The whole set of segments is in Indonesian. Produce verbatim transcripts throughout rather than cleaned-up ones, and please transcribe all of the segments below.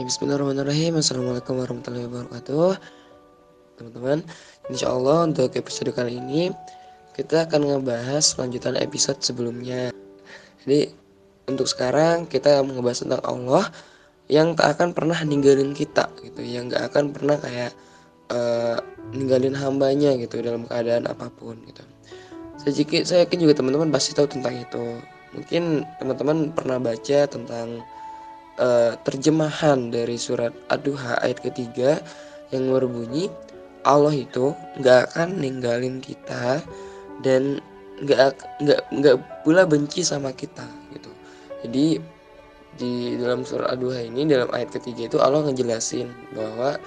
Bismillahirrahmanirrahim. Assalamualaikum warahmatullahi wabarakatuh. Teman-teman, insya Allah untuk episode kali ini kita akan ngebahas lanjutan episode sebelumnya. Jadi untuk sekarang kita ngebahas tentang Allah yang tak akan pernah ninggalin kita gitu, yang gak akan pernah kayak uh, ninggalin hambanya gitu dalam keadaan apapun gitu. Sedikit saya yakin juga teman-teman pasti tahu tentang itu. Mungkin teman-teman pernah baca tentang uh, terjemahan dari surat Ad-Duha ayat ketiga yang berbunyi, Allah itu nggak akan ninggalin kita dan nggak nggak nggak pula benci sama kita gitu. Jadi di dalam surat Ad-Duha ini, dalam ayat ketiga itu Allah ngejelasin bahwa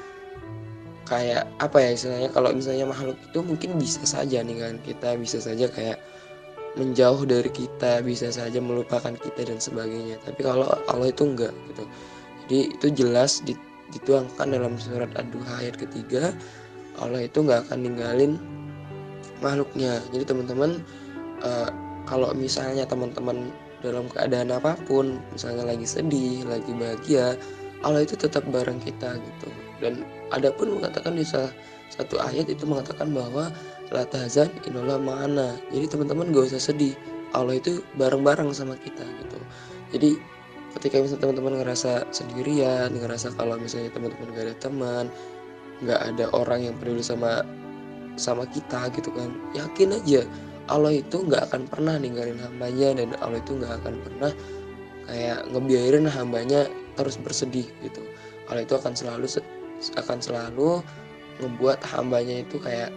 kayak apa ya istilahnya, kalau misalnya makhluk itu mungkin bisa saja ninggalin kita, bisa saja kayak menjauh dari kita, bisa saja melupakan kita dan sebagainya. Tapi kalau Allah itu enggak gitu. Jadi itu jelas dituangkan dalam surat Ad-Duha ayat ketiga, Allah itu enggak akan ninggalin makhluknya. Jadi teman-teman, uh, kalau misalnya teman-teman dalam keadaan apapun, misalnya lagi sedih, lagi bahagia, Allah itu tetap bareng kita gitu. Dan ada pun mengatakan di salah satu ayat itu mengatakan bahwa la tahzan innallaha ma'ana. Jadi teman-teman gak usah sedih, Allah itu bareng-bareng sama kita gitu. Jadi ketika misalnya teman-teman ngerasa sendirian, ngerasa kalau misalnya teman-teman gak ada teman, gak ada orang yang peduli sama sama kita gitu kan, yakin aja Allah itu gak akan pernah ninggalin hambanya, dan Allah itu gak akan pernah kayak ngebiarin hambanya terus bersedih gitu. Allah itu akan selalu akan selalu ngebuat hambanya itu kayak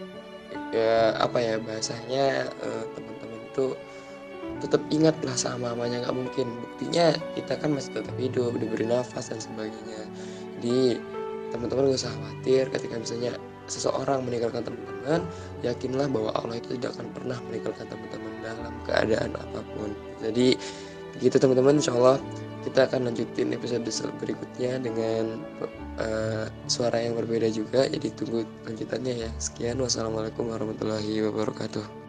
ya apa ya bahasanya, eh, teman-teman itu tetap ingat lah sama hambanya. Nggak mungkin, buktinya kita kan masih tetap hidup, diberi nafas dan sebagainya. Jadi teman-teman gak usah khawatir ketika misalnya seseorang meninggalkan teman-teman, yakinlah bahwa Allah itu tidak akan pernah meninggalkan teman-teman dalam keadaan apapun. Jadi begitu teman-teman, insya Allah kita akan lanjutin episode berikutnya dengan uh, suara yang berbeda juga. Jadi tunggu lanjutannya ya. Sekian, wassalamualaikum warahmatullahi wabarakatuh.